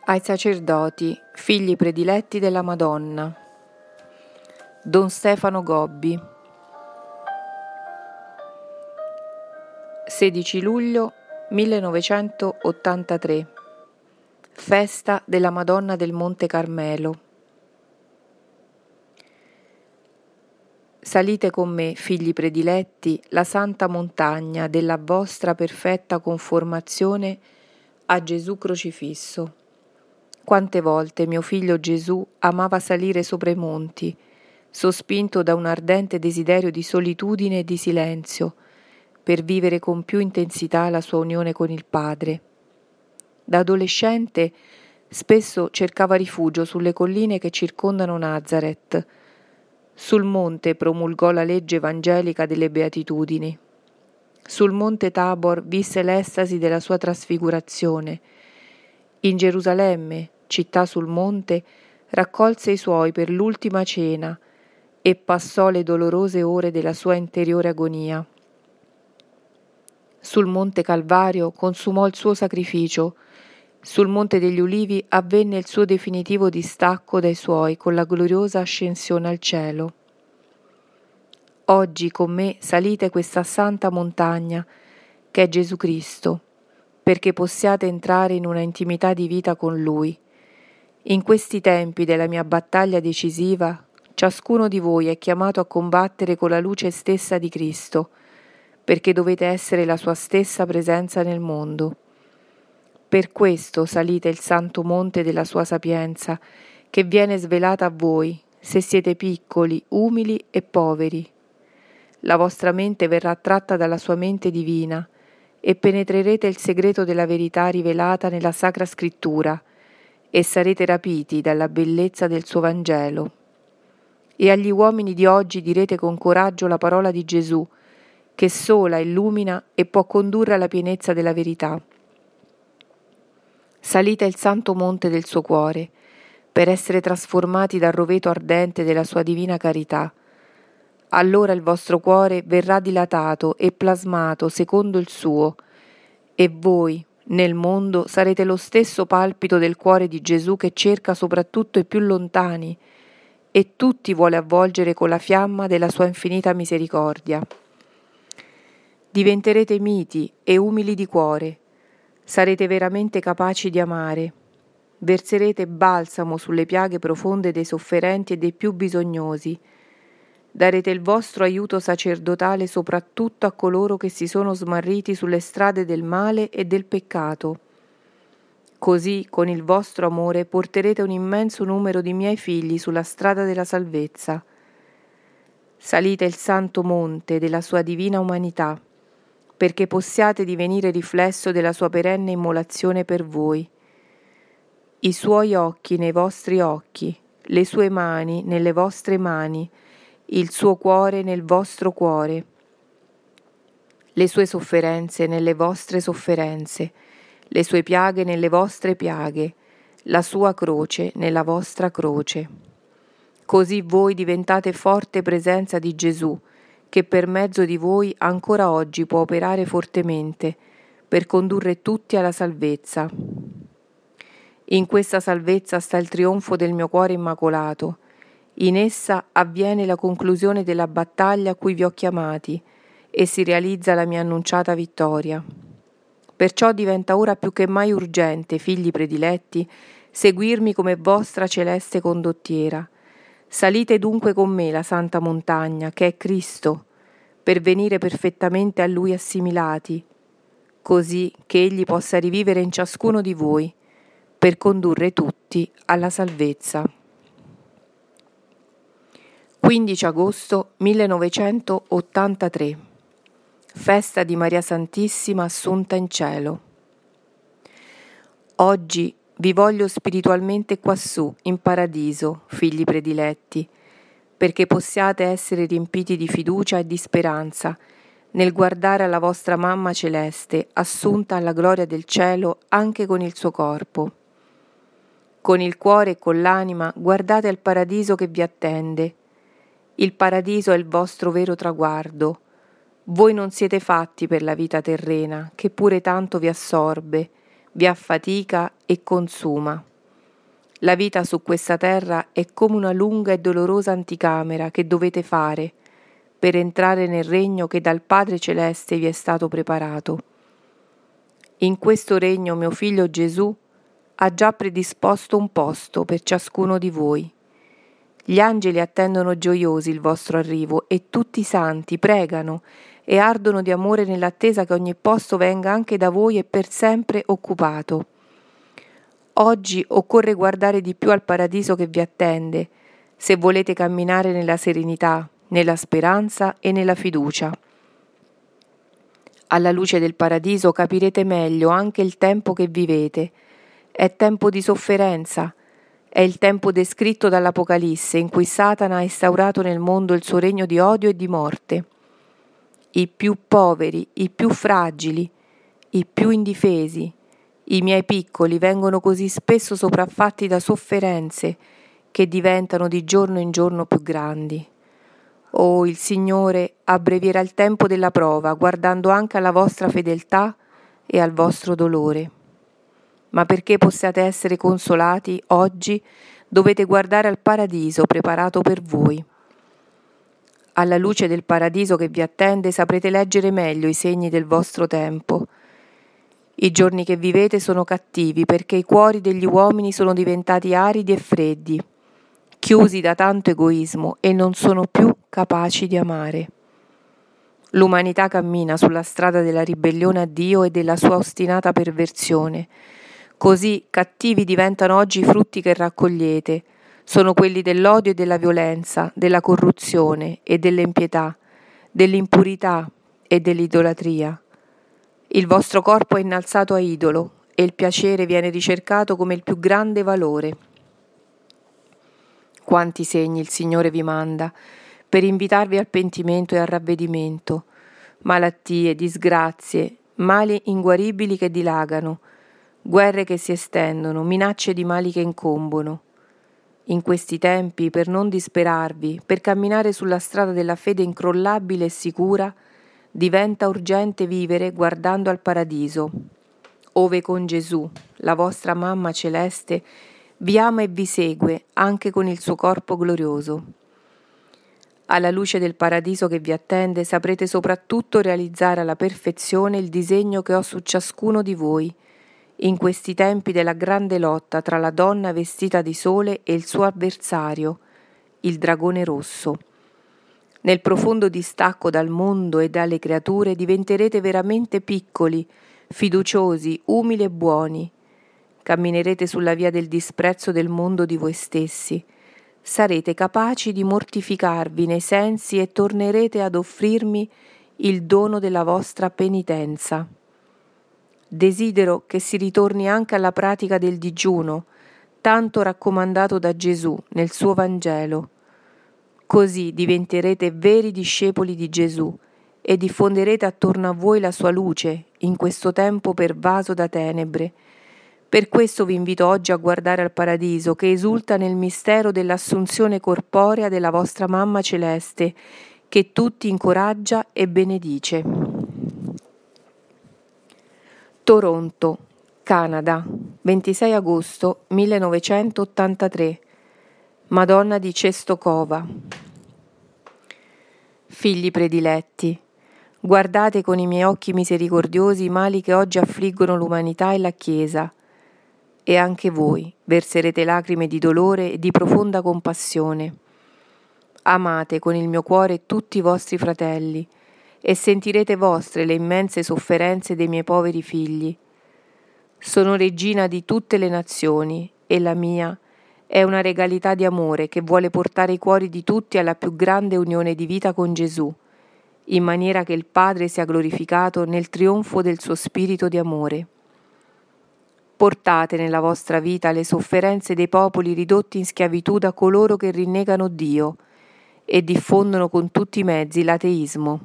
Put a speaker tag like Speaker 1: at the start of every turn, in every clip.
Speaker 1: Ai sacerdoti, figli prediletti della Madonna. Don Stefano Gobbi. 16 luglio 1983. Festa della Madonna del Monte Carmelo. Salite con me, figli prediletti, la santa montagna della vostra perfetta conformazione a Gesù crocifisso. Quante volte mio figlio Gesù amava salire sopra i monti, sospinto da un ardente desiderio di solitudine e di silenzio, per vivere con più intensità la sua unione con il Padre. Da adolescente spesso cercava rifugio sulle colline che circondano Nazareth. Sul monte promulgò la legge evangelica delle beatitudini. Sul monte Tabor visse l'estasi della sua trasfigurazione. In Gerusalemme, città sul monte, raccolse i suoi per l'ultima cena e passò le dolorose ore della sua interiore agonia. Sul monte Calvario consumò il suo sacrificio. Sul monte degli Ulivi avvenne il suo definitivo distacco dai suoi con la gloriosa ascensione al cielo. Oggi con me salite questa santa montagna che è Gesù Cristo, perché possiate entrare in una intimità di vita con Lui. In questi tempi della mia battaglia decisiva, ciascuno di voi è chiamato a combattere con la luce stessa di Cristo, perché dovete essere la sua stessa presenza nel mondo. Per questo salite il santo monte della sua sapienza, che viene svelata a voi, se siete piccoli, umili e poveri. La vostra mente verrà attratta dalla sua mente divina, e penetrerete il segreto della verità rivelata nella Sacra Scrittura, e sarete rapiti dalla bellezza del suo Vangelo. E agli uomini di oggi direte con coraggio la parola di Gesù, che sola illumina e può condurre alla pienezza della verità. Salite il santo monte del suo cuore, per essere trasformati dal roveto ardente della sua divina carità. Allora il vostro cuore verrà dilatato e plasmato secondo il suo, e voi, nel mondo, sarete lo stesso palpito del cuore di Gesù che cerca soprattutto i più lontani, e tutti vuole avvolgere con la fiamma della sua infinita misericordia. Diventerete miti e umili di cuore, sarete veramente capaci di amare, verserete balsamo sulle piaghe profonde dei sofferenti e dei più bisognosi, darete il vostro aiuto sacerdotale soprattutto a coloro che si sono smarriti sulle strade del male e del peccato. Così, con il vostro amore, porterete un immenso numero di miei figli sulla strada della salvezza. Salite il santo monte della sua divina umanità, perché possiate divenire riflesso della sua perenne immolazione per voi. I suoi occhi nei vostri occhi, le sue mani nelle vostre mani, il suo cuore nel vostro cuore, le sue sofferenze nelle vostre sofferenze, le sue piaghe nelle vostre piaghe, la sua croce nella vostra croce. Così voi diventate forte presenza di Gesù, che per mezzo di voi ancora oggi può operare fortemente per condurre tutti alla salvezza. In questa salvezza sta il trionfo del mio cuore immacolato. In essa avviene la conclusione della battaglia a cui vi ho chiamati e si realizza la mia annunciata vittoria. Perciò diventa ora più che mai urgente, figli prediletti, seguirmi come vostra celeste condottiera. Salite dunque con me la santa montagna, che è Cristo, per venire perfettamente a Lui assimilati, così che Egli possa rivivere in ciascuno di voi, per condurre tutti alla salvezza. 15 agosto 1983. Festa di Maria Santissima Assunta in cielo. Oggi vi voglio spiritualmente quassù, in paradiso, figli prediletti, perché possiate essere riempiti di fiducia e di speranza nel guardare alla vostra mamma celeste, assunta alla gloria del cielo anche con il suo corpo. Con il cuore e con l'anima guardate al paradiso che vi attende. Il paradiso è il vostro vero traguardo. Voi non siete fatti per la vita terrena, che pure tanto vi assorbe, vi affatica e consuma. La vita su questa terra è come una lunga e dolorosa anticamera che dovete fare per entrare nel regno che dal Padre Celeste vi è stato preparato. In questo regno mio figlio Gesù ha già predisposto un posto per ciascuno di voi. Gli angeli attendono gioiosi il vostro arrivo e tutti i santi pregano e ardono di amore nell'attesa che ogni posto venga anche da voi e per sempre occupato. Oggi occorre guardare di più al paradiso che vi attende, se volete camminare nella serenità, nella speranza e nella fiducia. Alla luce del paradiso capirete meglio anche il tempo che vivete. È tempo di sofferenza, è il tempo descritto dall'Apocalisse in cui Satana ha instaurato nel mondo il suo regno di odio e di morte. I più poveri, i più fragili, i più indifesi, i miei piccoli vengono così spesso sopraffatti da sofferenze che diventano di giorno in giorno più grandi. Oh, il Signore abbrevierà il tempo della prova, guardando anche alla vostra fedeltà e al vostro dolore. Ma perché possiate essere consolati, oggi dovete guardare al paradiso preparato per voi. Alla luce del paradiso che vi attende saprete leggere meglio i segni del vostro tempo. I giorni che vivete sono cattivi perché i cuori degli uomini sono diventati aridi e freddi, chiusi da tanto egoismo e non sono più capaci di amare. L'umanità cammina sulla strada della ribellione a Dio e della sua ostinata perversione. Così cattivi diventano oggi i frutti che raccogliete. Sono quelli dell'odio e della violenza, della corruzione e dell'impietà, dell'impurità e dell'idolatria. Il vostro corpo è innalzato a idolo e il piacere viene ricercato come il più grande valore. Quanti segni il Signore vi manda per invitarvi al pentimento e al ravvedimento, malattie, disgrazie, mali inguaribili che dilagano, guerre che si estendono, minacce di mali che incombono. In questi tempi, per non disperarvi, per camminare sulla strada della fede incrollabile e sicura, diventa urgente vivere guardando al paradiso, ove con Gesù, la vostra mamma celeste, vi ama e vi segue anche con il suo corpo glorioso. Alla luce del paradiso che vi attende saprete soprattutto realizzare alla perfezione il disegno che ho su ciascuno di voi, in questi tempi della grande lotta tra la donna vestita di sole e il suo avversario, il dragone rosso. Nel profondo distacco dal mondo e dalle creature diventerete veramente piccoli, fiduciosi, umili e buoni. Camminerete sulla via del disprezzo del mondo di voi stessi. Sarete capaci di mortificarvi nei sensi e tornerete ad offrirmi il dono della vostra penitenza. Desidero che si ritorni anche alla pratica del digiuno, tanto raccomandato da Gesù nel suo Vangelo. Così diventerete veri discepoli di Gesù e diffonderete attorno a voi la sua luce in questo tempo pervaso da tenebre. Per questo vi invito oggi a guardare al paradiso che esulta nel mistero dell'assunzione corporea della vostra mamma celeste, che tutti incoraggia e benedice. Toronto, Canada, 26 agosto 1983. Madonna di Cestokova. Figli prediletti, guardate con i miei occhi misericordiosi i mali che oggi affliggono l'umanità e la Chiesa, e anche voi verserete lacrime di dolore e di profonda compassione. Amate con il mio cuore tutti i vostri fratelli, e sentirete vostre le immense sofferenze dei miei poveri figli. Sono regina di tutte le nazioni, e la mia è una regalità di amore che vuole portare i cuori di tutti alla più grande unione di vita con Gesù, in maniera che il Padre sia glorificato nel trionfo del suo spirito di amore. Portate nella vostra vita le sofferenze dei popoli ridotti in schiavitù da coloro che rinnegano Dio e diffondono con tutti i mezzi l'ateismo.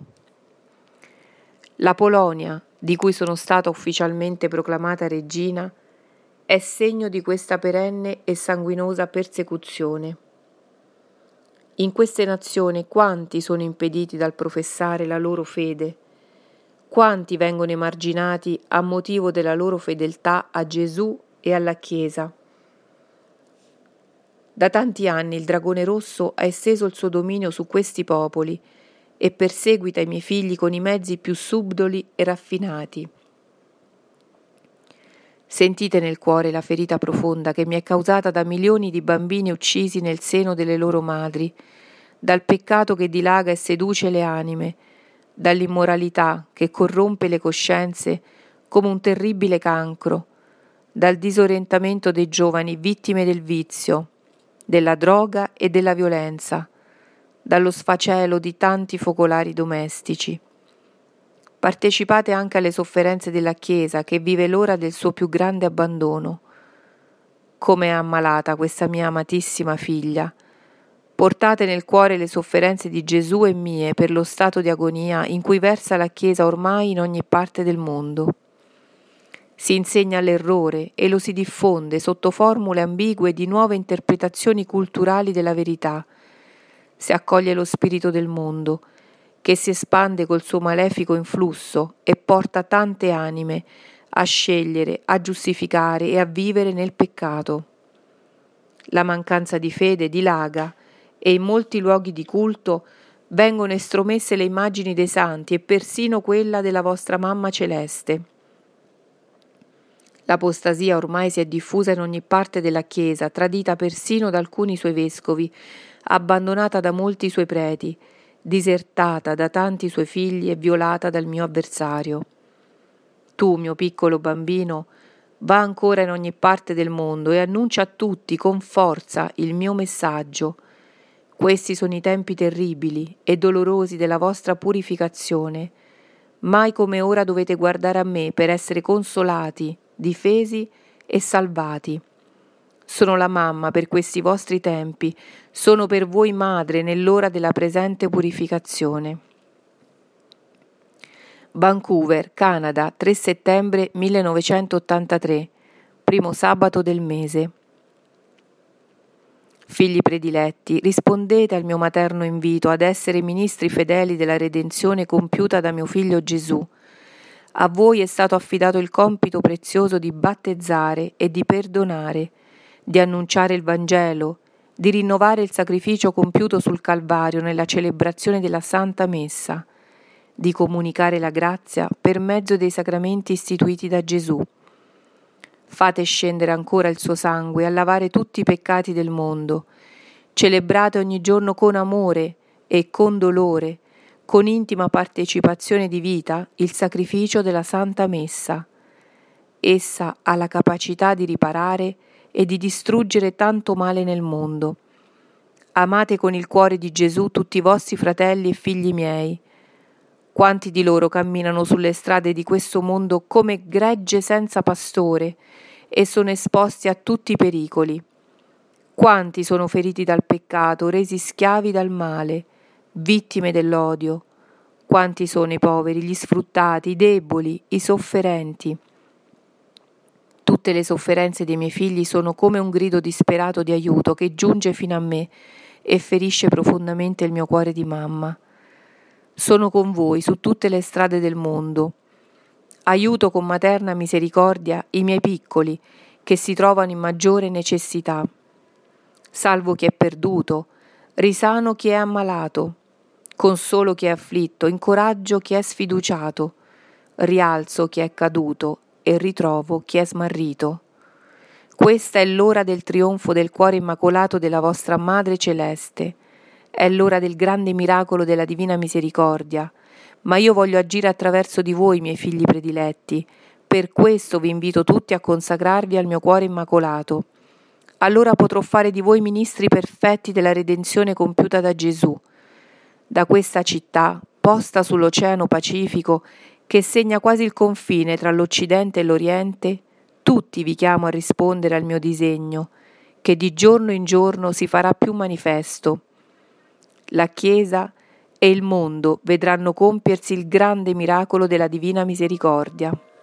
Speaker 1: La Polonia, di cui sono stata ufficialmente proclamata regina, è segno di questa perenne e sanguinosa persecuzione. In queste nazioni quanti sono impediti dal professare la loro fede? Quanti vengono emarginati a motivo della loro fedeltà a Gesù e alla Chiesa? Da tanti anni il dragone rosso ha esteso il suo dominio su questi popoli e perseguita i miei figli con i mezzi più subdoli e raffinati. Sentite nel cuore la ferita profonda che mi è causata da milioni di bambini uccisi nel seno delle loro madri, dal peccato che dilaga e seduce le anime, dall'immoralità che corrompe le coscienze come un terribile cancro, dal disorientamento dei giovani vittime del vizio, della droga e della violenza, dallo sfacelo di tanti focolari domestici. Partecipate anche alle sofferenze della Chiesa che vive l'ora del suo più grande abbandono. Come è ammalata questa mia amatissima figlia. Portate nel cuore le sofferenze di Gesù e mie per lo stato di agonia in cui versa la Chiesa ormai in ogni parte del mondo. Si insegna l'errore e lo si diffonde sotto formule ambigue di nuove interpretazioni culturali della verità. Si accoglie lo spirito del mondo, che si espande col suo malefico influsso e porta tante anime a scegliere, a giustificare e a vivere nel peccato. La mancanza di fede dilaga e in molti luoghi di culto vengono estromesse le immagini dei santi e persino quella della vostra mamma celeste. L'apostasia ormai si è diffusa in ogni parte della Chiesa, tradita persino da alcuni suoi vescovi, abbandonata da molti suoi preti, disertata da tanti suoi figli e violata dal mio avversario. Tu, mio piccolo bambino, va ancora in ogni parte del mondo e annuncia a tutti con forza il mio messaggio. Questi sono i tempi terribili e dolorosi della vostra purificazione. Mai come ora dovete guardare a me per essere consolati, difesi e salvati. Sono la mamma per questi vostri tempi, sono per voi madre nell'ora della presente purificazione. Vancouver, Canada, 3 settembre 1983, primo sabato del mese. Figli prediletti, rispondete al mio materno invito ad essere ministri fedeli della redenzione compiuta da mio figlio Gesù. A voi è stato affidato il compito prezioso di battezzare e di perdonare, di annunciare il Vangelo, di rinnovare il sacrificio compiuto sul Calvario nella celebrazione della Santa Messa, di comunicare la grazia per mezzo dei sacramenti istituiti da Gesù. Fate scendere ancora il suo sangue a lavare tutti i peccati del mondo. Celebrate ogni giorno con amore e con dolore, con intima partecipazione di vita, il sacrificio della Santa Messa. Essa ha la capacità di riparare e di distruggere tanto male nel mondo. Amate con il cuore di Gesù tutti i vostri fratelli e figli miei. Quanti di loro camminano sulle strade di questo mondo come gregge senza pastore e sono esposti a tutti i pericoli? Quanti sono feriti dal peccato, resi schiavi dal male, vittime dell'odio? Quanti sono i poveri, gli sfruttati, i deboli, i sofferenti? Tutte le sofferenze dei miei figli sono come un grido disperato di aiuto che giunge fino a me e ferisce profondamente il mio cuore di mamma. Sono con voi su tutte le strade del mondo. Aiuto con materna misericordia i miei piccoli che si trovano in maggiore necessità. Salvo chi è perduto, risano chi è ammalato, consolo chi è afflitto, incoraggio chi è sfiduciato, rialzo chi è caduto e ritrovo chi è smarrito. Questa è l'ora del trionfo del cuore immacolato della vostra Madre Celeste. È l'ora del grande miracolo della Divina Misericordia, ma io voglio agire attraverso di voi, miei figli prediletti. Per questo vi invito tutti a consacrarvi al mio cuore immacolato. Allora potrò fare di voi ministri perfetti della redenzione compiuta da Gesù. Da questa città, posta sull'Oceano Pacifico, che segna quasi il confine tra l'Occidente e l'Oriente, tutti vi chiamo a rispondere al mio disegno, che di giorno in giorno si farà più manifesto. La Chiesa e il mondo vedranno compiersi il grande miracolo della Divina Misericordia.